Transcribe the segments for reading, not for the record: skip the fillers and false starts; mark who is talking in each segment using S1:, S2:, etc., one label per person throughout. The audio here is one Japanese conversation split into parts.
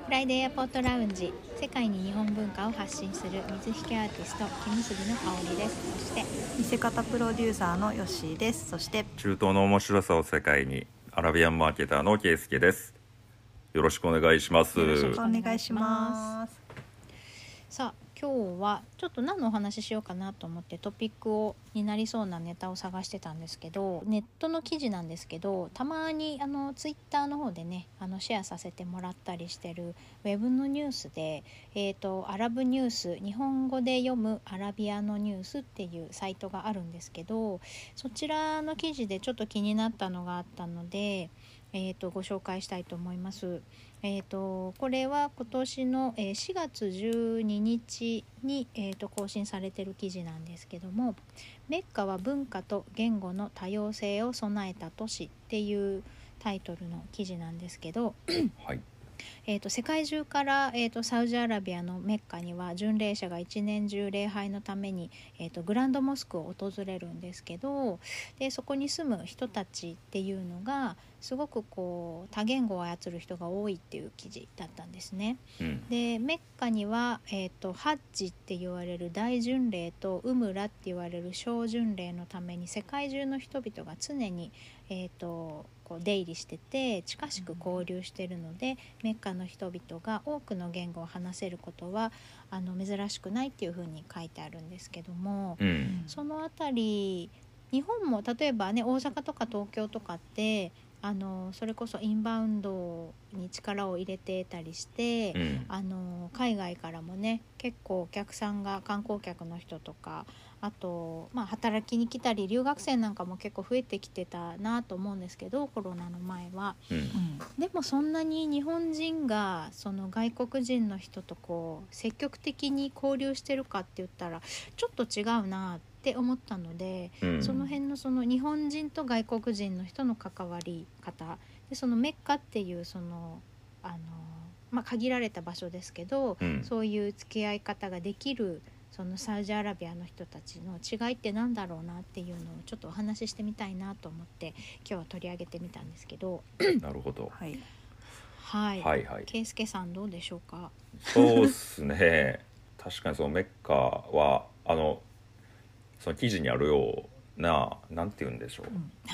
S1: フライデーエアポートラウンジ、世界に日本文化を発信する水引アーティスト木結びの香りです。そして
S2: 見せ方プロデューサーのヨッシーです。そして
S3: 中東の面白さを世界に、アラビアンマーケターのケイスケです。よろしくお願いします。
S2: よろしくお願いします。
S1: さあ今日はちょっと何のお話ししようかなと思ってトピックになりそうなネタを探してたんですけど、ネットの記事なんですけど、たまにツイッターの方でねシェアさせてもらったりしてるウェブのニュースで、アラブニュース、日本語で読むアラビアのニュースっていうサイトがあるんですけど、そちらの記事でちょっと気になったのがあったので、ご紹介したいと思います。これは今年の4月12日に、更新されている記事なんですけども、メッカは文化と言語の多様性を備えた都市っていうタイトルの記事なんですけど、
S3: はい。
S1: 世界中から、サウジアラビアのメッカには巡礼者が一年中礼拝のために、グランドモスクを訪れるんですけど、でそこに住む人たちっていうのがすごくこう多言語を操る人が多いっていう記事だったんですね。でメッカには、ハッジって言われる大巡礼とウムラって言われる小巡礼のために世界中の人々が常に、こう出入りしてて近しく交流しているので、メッカの人々が多くの言語を話せることは珍しくないっていうふうに書いてあるんですけども、そのあたり日本も例えばね、大阪とか東京とかってそれこそインバウンドに力を入れてたりして、海外からもね結構お客さんが、観光客の人とか、あと、働きに来たり留学生なんかも結構増えてきてたなと思うんですけど、コロナの前は、でもそんなに日本人がその外国人の人とこう積極的に交流してるかって言ったらちょっと違うなって思ったので、その辺のその日本人と外国人の人の関わり方で、そのメッカっていうその限られた場所ですけど、そういう付き合い方ができるそのサウジアラビアの人たちの違いってなんだろうなっていうのをちょっとお話ししてみたいなと思って今日は取り上げてみたんですけど。
S3: なるほど。
S1: はい
S3: はいはい。
S1: 圭介さんどうでしょうか。
S3: そうですね。確かにそのメッカはその記事にあるような、なんて言うんでしょう。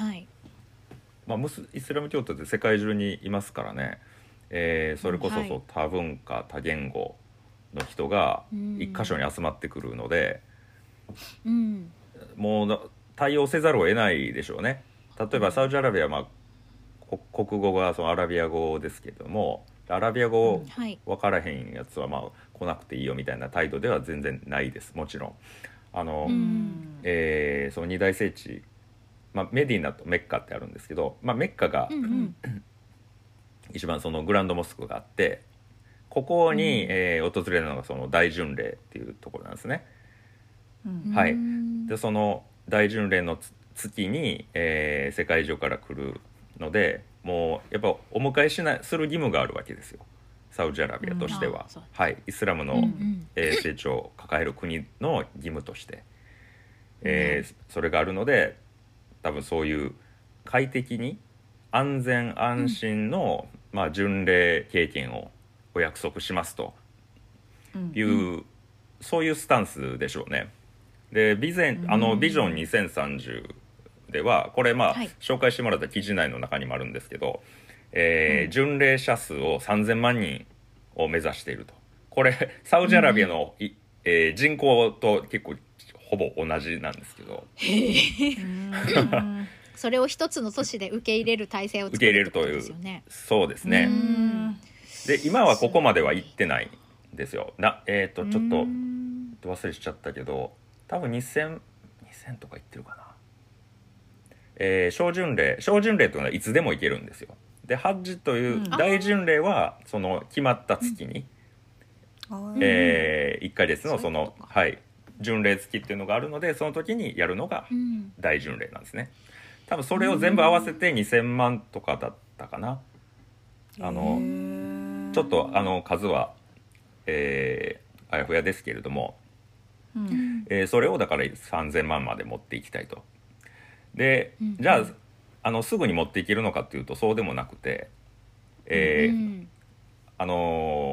S3: イスラム教徒って世界中にいますからね。それこそそう多文化多言語の人が一箇所に集まってくるので、もう対応せざるを得ないでしょうね。例えばサウジアラビアは、国語がそのアラビア語ですけども、アラビア語分からへんやつは来なくていいよみたいな態度では全然ないです。もちろんその二大聖地、メディナとメッカってあるんですけど、メッカが、一番そのグランドモスクがあって、ここに、訪れるのがその大巡礼っていうところなんですね。はい。でその大巡礼の月に、世界中から来るので、もうやっぱお迎えする義務があるわけですよ、サウジアラビアとしては。はい。イスラムの、成長を抱える国の義務として、それがあるので、多分そういう快適に安全安心の、巡礼経験をお約束しますという、そういうスタンスでしょうね。でビジョン2030ではこれ紹介してもらった記事内の中にもあるんですけど、巡礼者数を3000万人を目指していると。これサウジアラビアの、人口と結構ほぼ同じなんですけど
S1: それを一つの都市で受け入れる体制を作るってことですよね。
S3: そうですね。で今はここまでは行ってないんですよ。ちょっと忘れしちゃったけど、多分2000とか行ってるかな。小巡礼というのはいつでも行けるんですよ。でハッジという大巡礼はその決まった月に、1ヶ月のその巡礼月っていうのがあるので、その時にやるのが大巡礼なんですね。多分それを全部合わせて2000万とかだったかな。ちょっと数は、あやふやですけれども、それをだから3000万まで持っていきたいと。で、じゃあすぐに持っていけるのかっていうとそうでもなくて、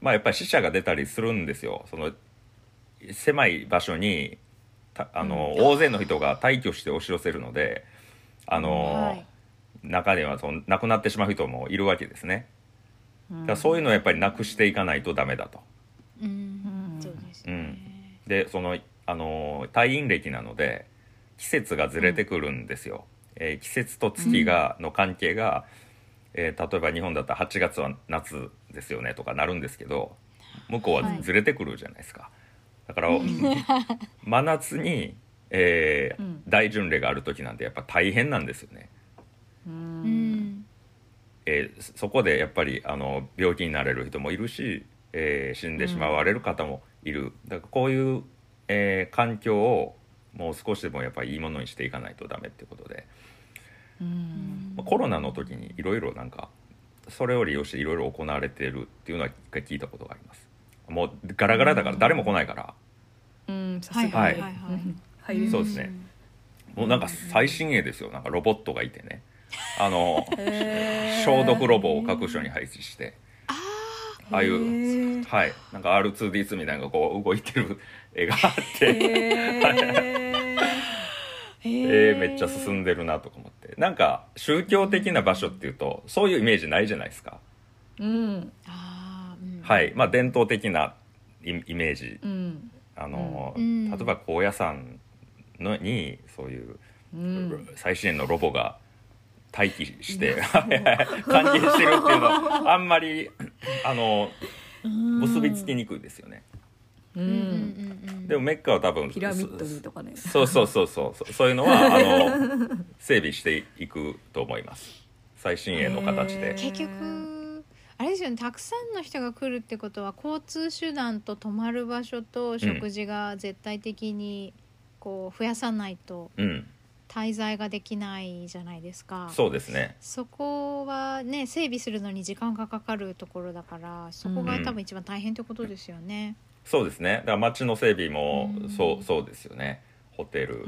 S3: まあやっぱり死者が出たりするんですよ。その狭い場所に大勢の人が大挙して押し寄せるので、
S1: はい、
S3: 中では亡くなってしまう人もいるわけですね。だからそういうのをやっぱりなくしていかないとダメだと。
S1: そうですね。
S3: で太陰暦なので季節がずれてくるんですよ。季節と月の関係が、例えば日本だったら8月は夏ですよねとかなるんですけど、向こうはずれてくるじゃないですか。だから、真夏に、大巡礼がある時なんてやっぱ大変なんですよね。そこでやっぱり病気になれる人もいるし、死んでしまわれる方もいる。だからこういう、環境をもう少しでもやっぱりいいものにしていかないとダメっていうことで、コロナの時にいろいろなんかそれを利用していろいろ行われているっていうのは一回聞いたことがあります。もうガラガラだから誰も来ないから、
S2: さすがに
S3: そうですね。もうなんか最新鋭ですよ。なんかロボットがいてね、消毒ロボを各所に配置して、ああいう、はい、なんか R2D2 みたいなのがこう動いてる絵があってめっちゃ進んでるなとか思って、なんか宗教的な場所っていうとそういうイメージないじゃないですか。はい、まあ伝統的なイメージ、例えば高野山にそういう最新鋭のロボが待機して関係してるっていうのはあんまり結びつきにくいですよね。でもメッカは多分
S2: ピラミッドにとかね、
S3: そういうのは整備していくと思います。最新鋭の形で。
S1: 結局あれですよね、たくさんの人が来るってことは交通手段と泊まる場所と食事が絶対的にこう増やさないと滞在ができないじゃないですか。
S3: そうですね。
S1: そこはね整備するのに時間がかかるところだから、そこが多分一番大変ってことですよね。
S3: そうですね。だから街の整備もそうですよね。ホテル、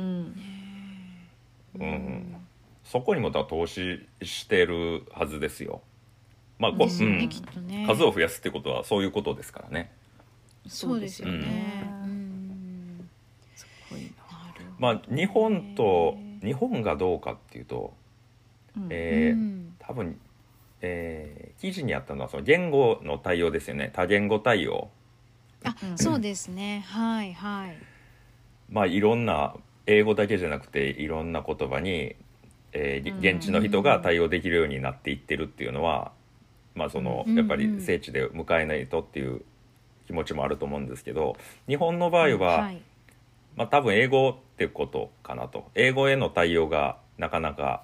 S3: そこにも投資してるはずですよ。まあですよね、きっとね。数を増やすってことはそういうことですからね。
S1: そうですよね。
S2: すごいな。
S3: まあ日本がどうかっていうと、多分、記事にあったのはその言語の対応ですよね。多言語対応。
S1: そうですね。はいはい。
S3: まあいろんな英語だけじゃなくていろんな言葉に、現地の人が対応できるようになっていってるっていうのは、まあやっぱり聖地で迎えないとっていう気持ちもあると思うんですけど、日本の場合は、まあ多分英語ってことかなと。英語への対応がなかなか、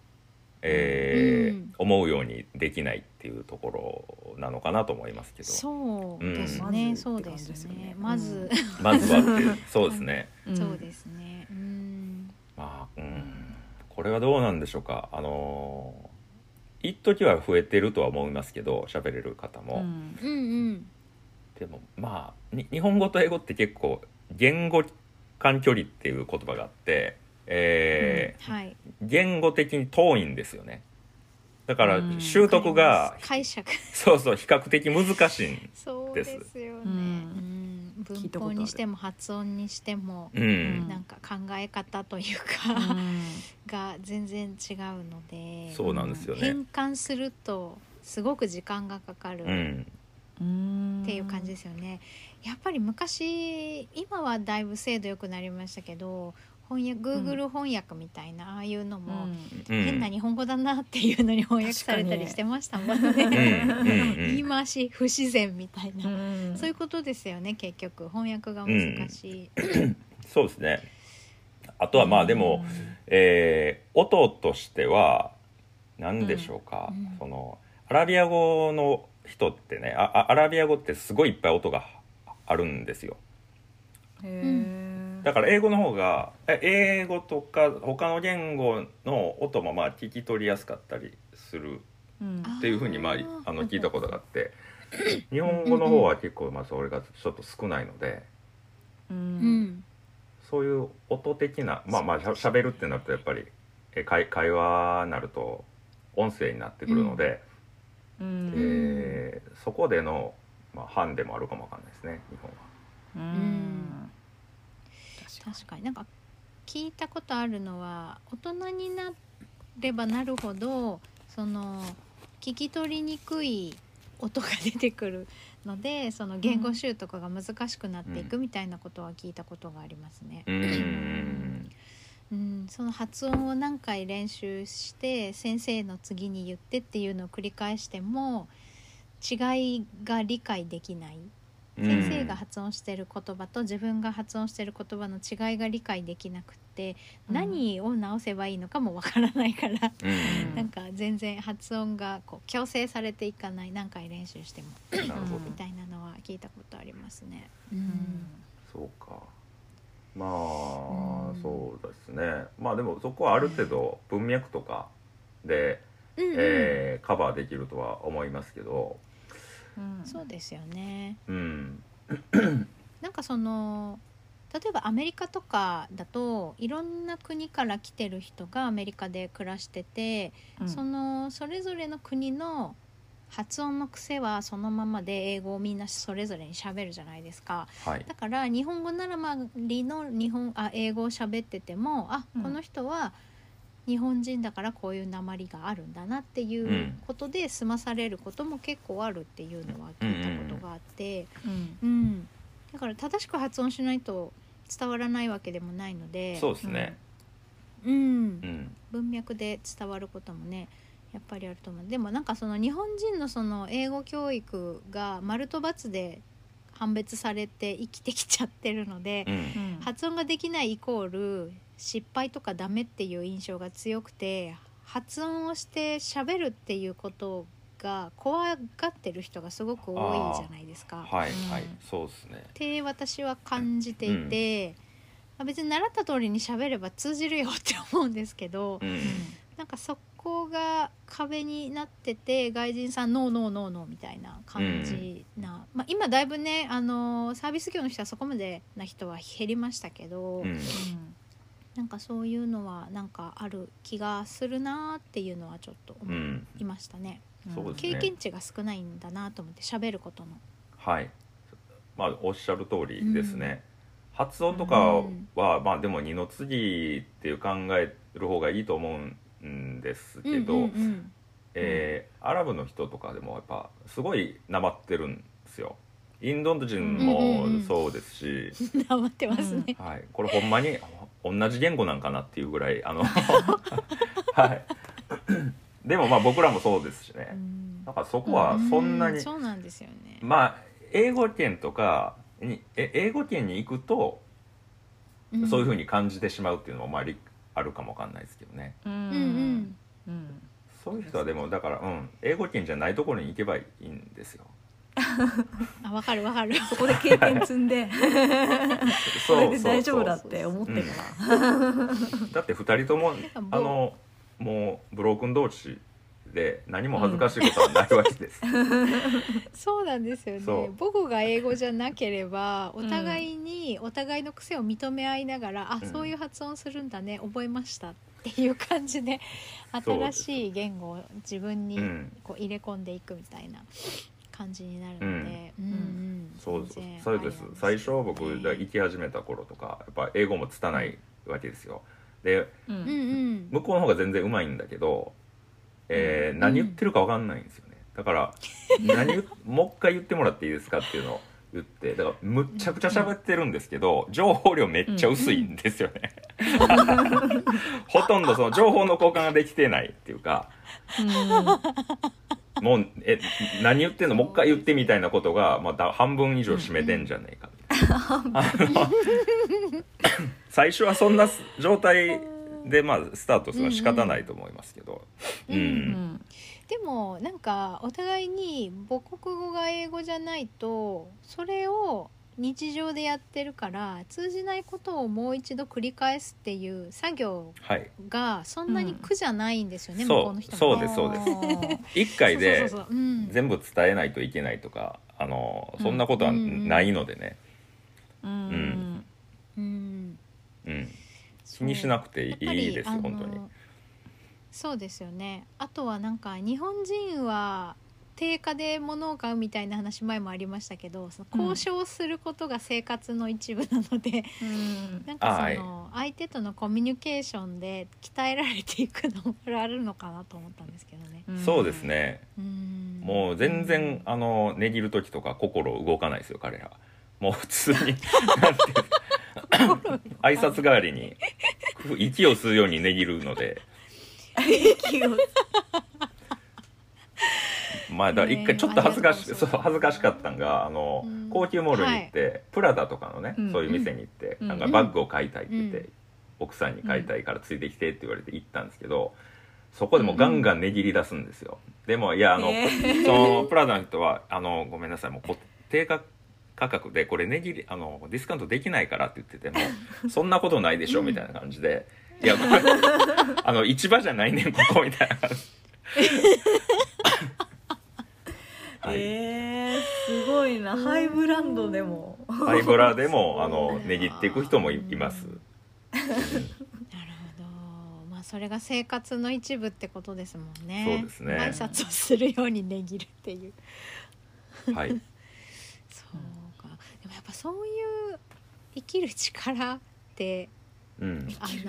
S3: 思うようにできないっていうところなのかなと思いますけど。
S1: そうですね、そうですね。まず
S3: はってそうですね。
S1: そうですね。
S3: まあこれはどうなんでしょうか。一時は増えてるとは思いますけど、喋れる方も。でもまあ日本語と英語って結構言語間距離っていう言葉があって、言語的に遠いんですよね。だから習得が
S1: 解釈
S3: 比較的難しいんです。
S1: そうですよね。文法にしても発音にしても、なんか考え方というかが全然違うので、
S3: そうなんですよね。
S1: 変換するとすごく時間がかかるっていう感じですよね。やっぱり昔、今はだいぶ精度良くなりましたけど、Google 翻訳みたいなああいうのも変な日本語だなっていうのに翻訳されたりしてましたもんね。言い回し不自然みたいな、そういうことですよね。結局翻訳が難しい、
S3: そうですね。あとはまあでも、音としては何でしょうか、そのアラビア語の人ってね、アラビア語ってすごいいっぱい音があるんですよ。だから英語の方が英語とか他の言語の音もまあ聞き取りやすかったりするっていうふうにまあ聞いたことがあって、日本語の方は結構まあそれがちょっと少ないので、そういう音的なまあ喋るってなるとやっぱり会話になると音声になってくるので、そこでのまあ班でもあるかもわかんないですね、日本は。
S2: うん
S1: 確かになんか聞いたことあるのは、大人になればなるほどその聞き取りにくい音が出てくるので、その言語習得が難しくなっていくみたいなことは聞いたことがありますね。その発音を何回練習して先生の次に言ってっていうのを繰り返しても違いが理解できない、先生が発音してる言葉と自分が発音してる言葉の違いが理解できなくって何を直せばいいのかもわからないから、なんか全然発音がこう矯正されていかない、何回練習してもみたいなのは聞いたことありますね。
S3: そうか、まあ、そうですね。まあでもそこはある程度文脈とかで、カバーできるとは思いますけど、
S1: そうですよね。
S3: うん、
S1: なんかその例えばアメリカとかだといろんな国から来てる人がアメリカで暮らしてて、それぞれの国の発音の癖はそのままで英語をみんなそれぞれに喋るじゃないですか、
S3: はい、
S1: だから日本語ならまりの英語を喋っててもこの人は日本人だからこういう訛りがあるんだなっていうことで済まされることも結構あるっていうのは聞いたことがあって、だから正しく発音しないと伝わらないわけでもないので、
S3: そうですね、
S1: 文脈で伝わることもねやっぱりあると思う。でもなんかその日本人のその英語教育が丸と×で判別されて生きてきちゃってるので、発音ができないイコール失敗とかダメっていう印象が強くて、発音をして喋るっていうことが怖がってる人がすごく多いじゃないですか。
S3: はいはい、そうですね。
S1: って私は感じていて、別に習った通りに喋れば通じるよって思うんですけど、なんかそこが壁になってて、外人さんノーノーノーノーみたいな感じな、今だいぶねサービス業の人はそこまでな人は減りましたけど、なんかそういうのはなんかある気がするなっていうのはちょっと思いましたね。
S3: そうですね、
S1: 経験値が少ないんだなと思って喋ることの。
S3: はい、まあおっしゃる通りですね。発音とかは、まあでも二の次っていう考える方がいいと思うんですけど、アラブの人とかでもやっぱすごいなまってるんですよ。インド人もそうですし、
S1: なまってますね、
S3: はい、これほんまに同じ言語なんかなっていうぐらいはいでもまあ僕らもそうですしね、だからそこはそんなに、
S1: そうなんですよね。
S3: まあ英語圏とかに英語圏に行くと、そういう風に感じてしまうっていうのもまああるかもわかんないですけどね。そういう人はでもだから、英語圏じゃないところに行けばいいんですよ。
S1: わかるわかる。
S2: そこで経験積んでそれで大丈夫だって思ってから、
S3: だって2人とももうブロークン同士で何も恥ずかしいことはないわけです、
S1: そうなんですよね。母語が英語じゃなければお互いにお互いの癖を認め合いながら、そういう発音するんだね、覚えましたっていう感じで新しい言語を自分にこう入れ込んでいくみたいな感じになるので、
S3: そうです。最初僕が行き始めた頃とかやっぱ英語も拙いわけですよ。で、向こうの方が全然うまいんだけど、何言ってるか分かんないんですよね。だからもう一回言ってもらっていいですかっていうのを言って、だからむっちゃくちゃ喋ってるんですけど、情報量めっちゃ薄いんですよね、ほとんどその情報の交換ができてないっていうか、もう何言ってんのもう一回言ってみたいなことがまた半分以上占めてんじゃねえかみたいな、最初はそんな状態でまあスタートするのは仕方ないと思いますけど、
S1: でもなんかお互いに母国語が英語じゃないとそれを日常でやってるから通じないことをもう一度繰り返すっていう作業がそんなに苦じゃないんですよね、向こうの人も。
S3: そうです一回で全部伝えないといけないとかそんなことはないのでね、気にしなくていいですよ本当に。
S1: そうですよね。あとはなんか日本人は定価で物を買うみたいな話前もありましたけど、その交渉することが生活の一部なので、なんかその相手とのコミュニケーションで鍛えられていくのもあるのかなと思ったんですけどね。
S3: そうですね。もう全然値切る時とか心動かないですよ彼ら。もう普通になんていう挨拶代わりに息を吸うように値切るのでまあだ一回ちょっと恥ずかしかったんが高級モールに行って、プラダとかのね、そういう店に行って、なんかバッグを買いたいって言って、奥さんに買いたいからついてきてって言われて行ったんですけど、そこでもうガンガン値切り出すんですよ。でもいやそのプラダの人はごめんなさい、もう定価価格でこれ値切りディスカウントできないからって言っててもそんなことないでしょみたいな感じで、いやこれ市場じゃないねんここみたいな感じ
S2: はい、すごいな。ハイブランドでも
S3: ハイブラでも値切っていく人もいます。
S1: なるほど。まあそれが生活の一部ってことですもんね。
S3: そうですね。
S1: 挨拶をするように値切るっていう
S3: はい
S1: そうか。でもやっぱそういう生きる力って、言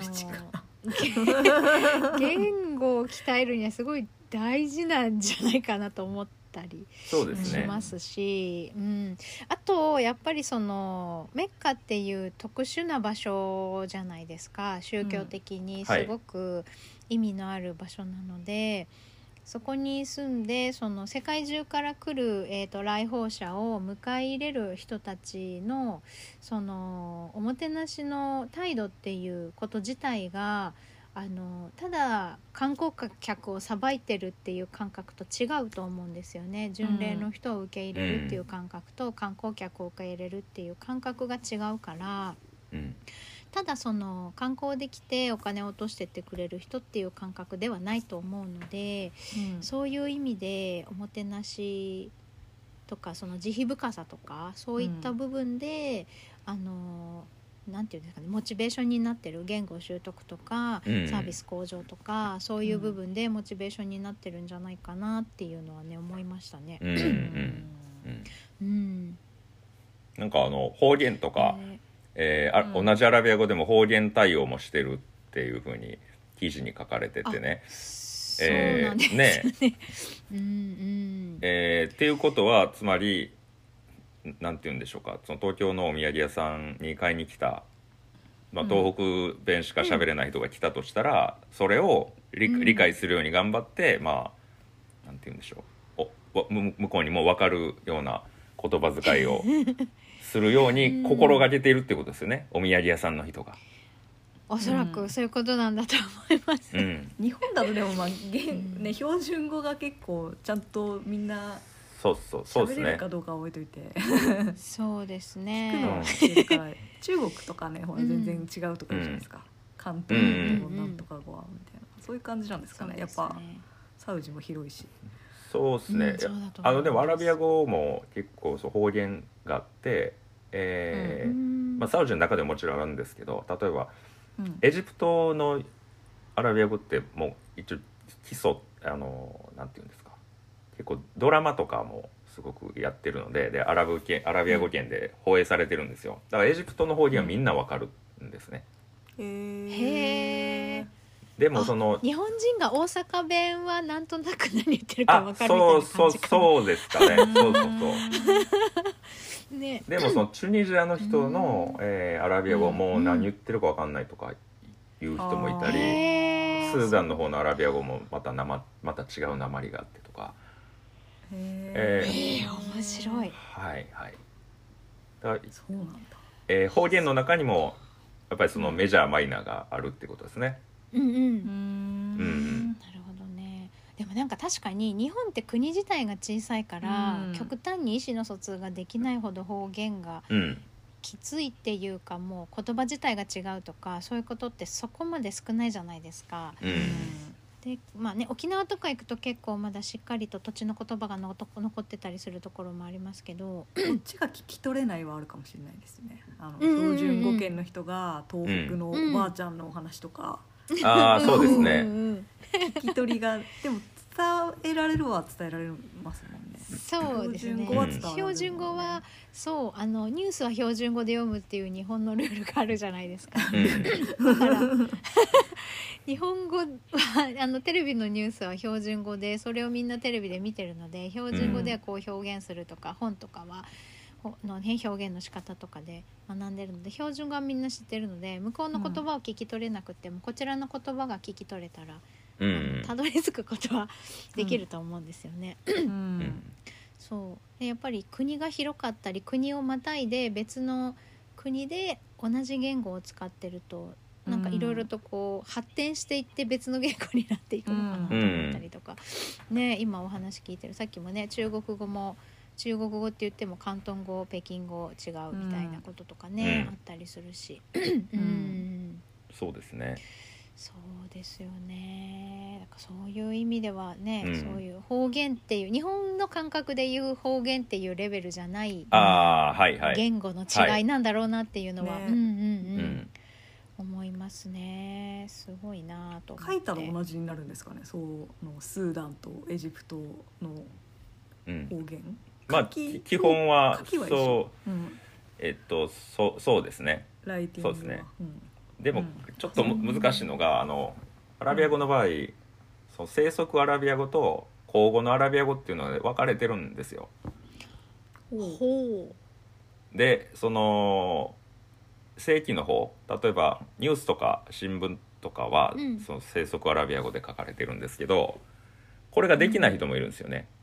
S1: 語を鍛えるにはすごい大事なんじゃないかなと思ったりしますし、あとやっぱりそのメッカっていう特殊な場所じゃないですか。宗教的にすごく意味のある場所なので、そこに住んでその世界中から来る、来訪者を迎え入れる人たちのそのおもてなしの態度っていうこと自体がただ観光客をさばいてるっていう感覚と違うと思うんですよね。巡礼の人を受け入れるっていう感覚と観光客を受け入れるっていう感覚が違うから、ただその観光で来てお金を落としてってくれる人っていう感覚ではないと思うので、そういう意味でおもてなしとかその慈悲深さとかそういった部分で、なんていうんですかね、モチベーションになってる言語習得とか、サービス向上とかそういう部分でモチベーションになってるんじゃないかなっていうのはね思いましたね。
S3: なんか方言とか、同じアラビア語でも方言対応もしてるっていう風に記事に書かれててね。
S1: そうなんですね。
S3: っていうことはつまりなんて言うんでしょうか、その東京のお土産屋さんに買いに来た、東北弁しか喋れない人が来たとしたら、それを理解するように頑張って、なんて言うんでしょう、向こうにも分かるような言葉遣いをするように心がけているってことですよね、お土産屋さんの人が。
S1: おそらくそういうことなんだと思います。
S2: 日本だとでも標準語が結構ちゃんとみんな
S3: そうですね。
S2: 喋れるかどうかは覚えといて
S1: そうですね。
S2: 聞くのは知ってるから中国とかね、ほら全然違うとか言うじゃないですか。関東語なんとか語はみたいな、そういう感じなんですかね。やっぱサウジも広いし。
S3: そうですね。でもアラビア語も結構方言があって、サウジの中でももちろんあるんですけど、例えば、エジプトのアラビア語ってもう一応基礎なんていうんですか、結構ドラマとかもすごくやってるので、アラビア語圏で放映されてるんですよ。だからエジプトの方言はみんなわかるんですね。
S1: へえ。
S3: でも
S1: 日本人が大阪弁はなんとなく何言ってるかわかるみたいな感じかな。
S3: そうですかね。ね、でもそのチュニジアの人の、アラビア語もう何言ってるかわかんないとかいう人もいたり、スーダンの方のアラビア語もまた違う訛りがあってとか。
S1: 面白い。
S3: はいはい。
S2: そうなんだ。
S3: 方言の中にもやっぱりそのメジャーマイナーがあるってことですね。
S1: なるほどね。でもなんか確かに日本って国自体が小さいから、極端に意思の疎通ができないほど方言がきついっていうか、もう言葉自体が違うとかそういうことってそこまで少ないじゃないですか。で沖縄とか行くと結構まだしっかりと土地の言葉が残ってたりするところもありますけど、
S2: こっちが聞き取れないはあるかもしれないですね。標準語圏の人が東北のおばあちゃんのお話とか、
S3: そうですね。
S2: 聞き取りがでも伝えられるは伝えられますもんね。
S1: そうですね。標準語はそうニュースは標準語で読むっていう日本のルールがあるじゃないですか。だから日本語はテレビのニュースは標準語でそれをみんなテレビで見てるので標準語ではこう表現するとか、本とかはの表現の仕方とかで学んでるので標準語はみんな知ってるので向こうの言葉を聞き取れなくても、こちらの言葉が聞き取れたらたどり着くことはできると思うんですよね。そうでやっぱり国が広かったり国をまたいで別の国で同じ言語を使ってるとなんかいろいろとこう発展していって別の言語になっていくのかなと思ったりとか、ね、今お話聞いてるさっきもね中国語も中国語って言っても広東語北京語違うみたいなこととかね、あったりするし
S3: そうですね。
S1: そうですよね。なんかそういう意味ではね、そういう方言っていう日本の感覚でいう方言っていうレベルじゃない言語の違いなんだろうなっていうのは、思いますね。すごいなと思って。
S2: 書いたら同じになるんですかね。そうのスーダンとエジプトの方言。
S3: まあ基本はそうですね。
S2: ライティングは。そうですね。
S3: でもちょっと難しいのがアラビア語の場合、その生息アラビア語と口語のアラビア語っていうのは分かれてるんですよ。でその正規の方、例えばニュースとか新聞とかは、その生息アラビア語で書かれてるんですけど、これができない人もいるんですよね。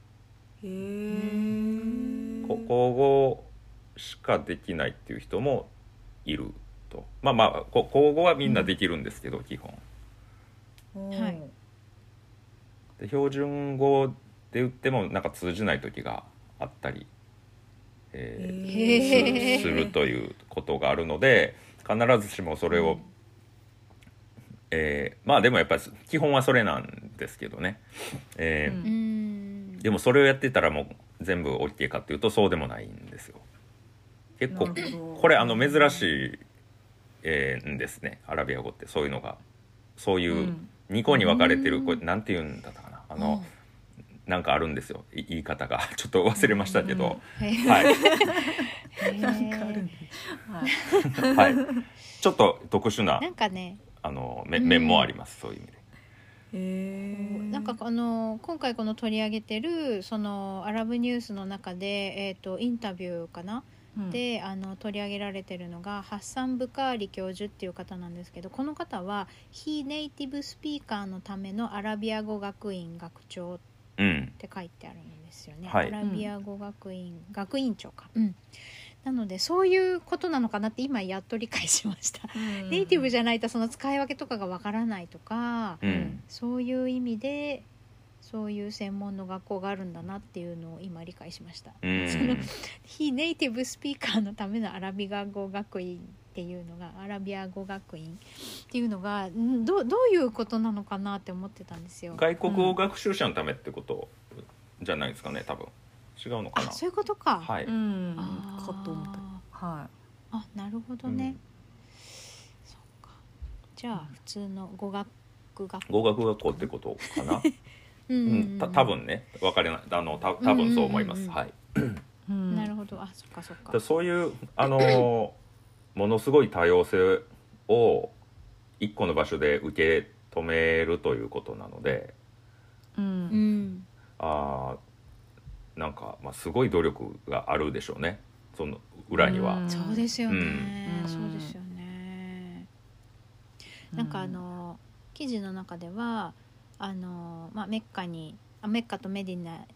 S3: 口語しかできないっていう人もいる。まあ口語はみんなできるんですけど、基本で標準語で言ってもなんか通じない時があったり、するということがあるので必ずしもそれを、まあでもやっぱり基本はそれなんですけどね、でもそれをやってたらもう全部 OK かっていうとそうでもないんですよ。結構これ珍しいんですね、アラビア語って。そういうのがそういう2個に分かれてる、これなんて言うんだったかな、なんかあるんですよ、言い方がちょっと忘れましたけど、ちょっと特殊な
S1: なんかね
S3: 面もあります、そういう意味で。
S1: なんか今回この取り上げてるそのアラブニュースの中で、インタビューかな、で取り上げられてるのがハッサン・ブカーリ教授っていう方なんですけど、この方は非ネイティブスピーカーのためのアラビア語学院学長って書いてあるんですよね、アラビア語学院学院長か、なのでそういうことなのかなって今やっと理解しました、ネイティブじゃないとその使い分けとかがわからないとか、そういう意味でそういう専門の学校があるんだなっていうのを今理解しました。その非ネイティブスピーカーのためのアラビア語学院っていうのがアラビア語学院っていうのがどういうことなのかなって思ってたんですよ。
S3: 外国語学習者のためってことじゃないですかね、多分。違うのかな。
S1: そういうことか。
S2: かと思った。
S1: なるほどね。そうか。じゃあ普通の語学学
S3: 校ってことかな。多分ね、分かれない、多分そう思います。はい。
S1: なるほど、そっかそっか。
S3: そういうものすごい多様性を一個の場所で受け止めるということなので、なんかすごい努力があるでしょうね、その裏には。
S1: そうですよね。そうですよね。なんか記事の中では。メッカとメディナ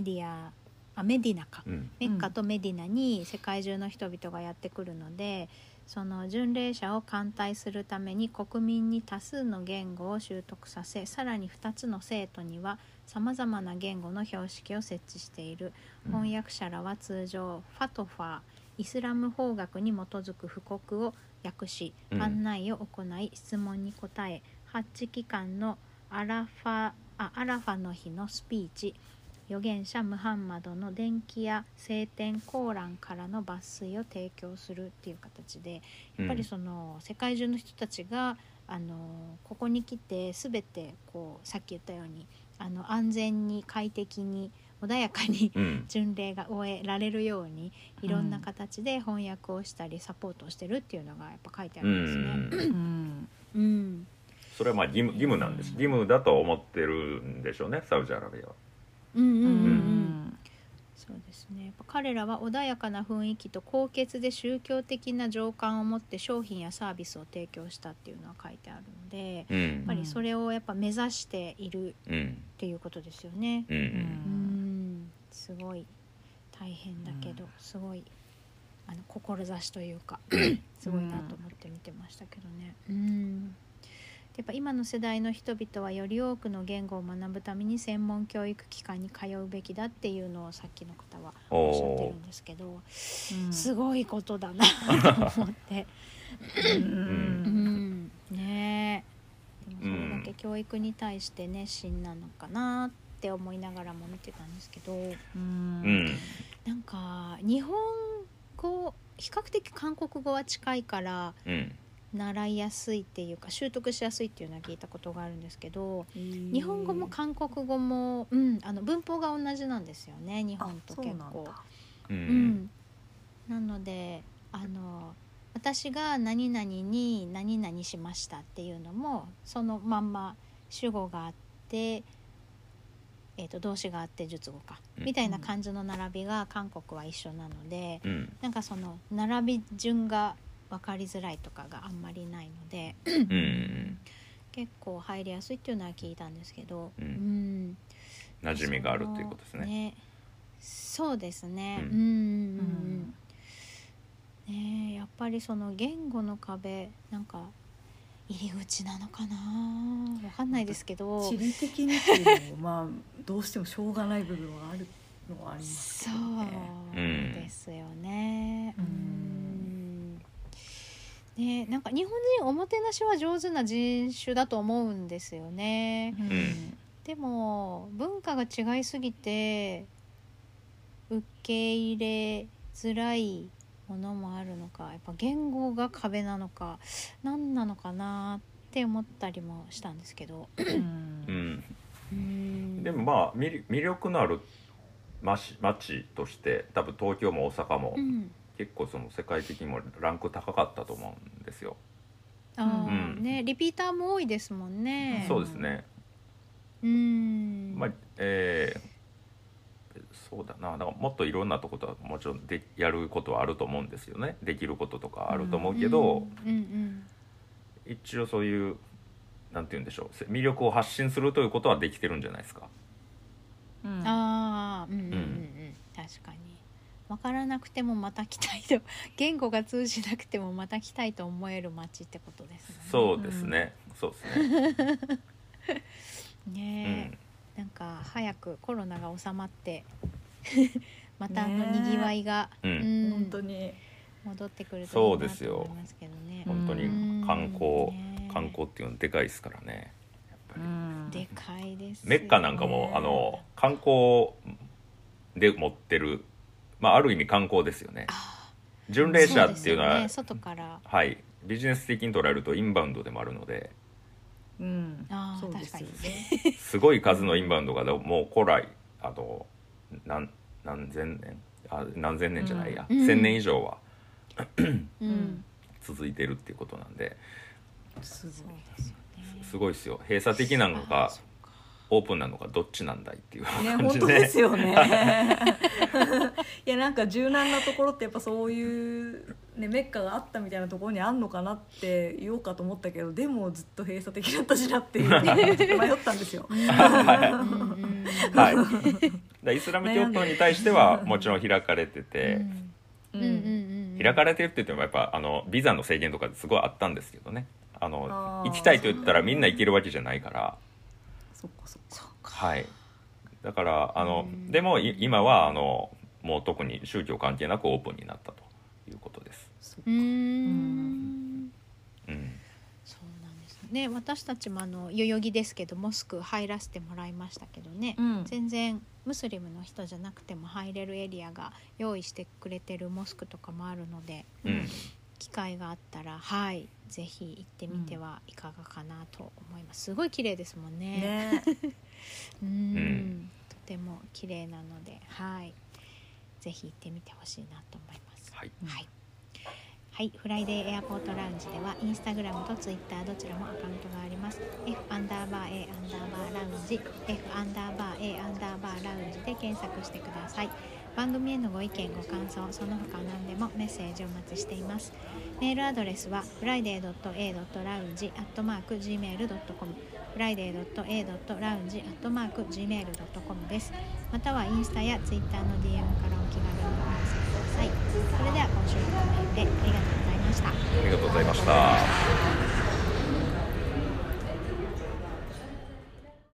S1: か、メッカとメディナに世界中の人々がやってくるので、その巡礼者を歓待するために国民に多数の言語を習得させ、さらに2つの生徒にはさまざまな言語の標識を設置している。翻訳者らは通常ファトファー、イスラム法学に基づく布告を訳し、案内を行い質問に答え、ハッジ期間のアラファの日のスピーチ、預言者ムハンマドの伝記や聖典コーランからの抜粋を提供するっていう形で、やっぱりその世界中の人たちがここに来て全てこうさっき言ったように安全に快適に穏やかに巡礼が終えられるようにいろんな形で翻訳をしたりサポートをしてるっていうのがやっぱ書いてあるんですね。
S3: それはまあ義務なんです。義務だと思ってるんでしょうね、サウジアラビアは。
S1: そうですね。やっぱ彼らは穏やかな雰囲気と高潔で宗教的な情感を持って商品やサービスを提供したっていうのは書いてあるので、やっぱりそれをやっぱ目指しているっていうことですよね。すごい大変だけど、すごい志というかすごいなと思って見てましたけどね。やっぱ今の世代の人々はより多くの言語を学ぶために専門教育機関に通うべきだっていうのをさっきの方はおっしゃってるんですけど、すごいことだなと思ってねえ、でもそれだけ教育に対して熱心なのかなって思いながらも見てたんですけど、なんか日本語比較的韓国語は近いから習いやすいっていうか習得しやすいっていうのは聞いたことがあるんですけど、日本語も韓国語も、文法が同じなんですよね、日本と結構。なので私が何々に何々しましたっていうのもそのまんま主語があって、動詞があって述語かみたいな感じの並びが韓国は一緒なので、なんかその並び順が分かりづらいとかがあんまりないので結構入りやすいっていうのは聞いたんですけど、
S3: 馴染みがあるっていうことですね。
S1: そうですね。やっぱりその言語の壁なんか入り口なのかな、分かんないですけど、
S2: 地理的にっていうのもまあどうしてもしょうがない部分はあるのはありますけどね。
S1: そうですよね。なんか日本人おもてなしは上手な人種だと思うんですよね。でも文化が違いすぎて受け入れづらいものもあるのか、やっぱ言語が壁なのか何なのかなって思ったりもしたんですけどで
S3: もまあ魅力のある街として多分東京も大阪も、結構その世界的にもランク高かったと思うんですよ。
S1: ね、リピーターも多いですもんね。
S3: そうですね。まあそうだな、だからもっといろんなとことはもちろんでやることはあると思うんですよね。できることとかあると思うけど、一応そういうなんて言うんでしょう、魅力を発信するということはできてるんじゃないですか。
S1: 確かに分からなくてもまた来たいと言語が通じなくてもまた来たいと思える街ってことですね。
S3: そうですね、そうですね。
S1: なんか早くコロナが収まってまたにぎわいが、
S2: 本当に
S1: 戻ってくるといいなと思いますけどね。
S3: 本当に観光っていうのはでかいですからね。やっぱ
S1: りでかいですよね。
S3: メッカなんかも観光で持ってる、ある意味観光ですよね。巡礼者っていうのは
S1: 外から、
S3: ビジネス的に捉えるとインバウンドでもあるので、
S2: そうですよね。
S3: すごい数のインバウンドがもう古来何千年じゃないや、1000年以上は続いてるっていうことなんで、すごいですよ。閉鎖的なのかオープンなのかどっちなんだいっていう感じで、
S2: 本当ですよねいやなんか柔軟なところってやっぱそういう、メッカがあったみたいなところにあんのかなって言おうかと思ったけど、でもずっと閉鎖的だったしなっていう迷ったんですよ
S3: イスラム教徒に対してはもちろん開かれてて、開かれてるって言ってもやっぱビザの制限とかすごいあったんですけどね、行きたいと言ったらみんな行けるわけじゃないから。だからでも今はもう特に宗教関係なくオープンになったということです。
S1: そうなんですね。私たちも代々木ですけどモスク入らせてもらいましたけどね、全然ムスリムの人じゃなくても入れるエリアが用意してくれてるモスクとかもあるので、機会があったらぜひ行ってみてはいかがかなと思います。すごい綺麗ですもんね。 とても綺麗なので、はい、ぜひ行ってみてほしいなと思います。
S3: はい、
S1: はいはい、フライデーエアポートラウンジではインスタグラムとツイッターどちらもアカウントがあります。 F_A_ラウンジ F_A_ラウンジで検索してください。番組へのご意見ご感想その他何でもメッセージお待ちしています。メールアドレスは friday.a.lounge@gmail.com friday.a.lounge@gmail.com です。またはインスタやツイッターの DM からお気軽にお寄せください。それでは今週のメールでありがとうございました。
S3: ありがとうございました。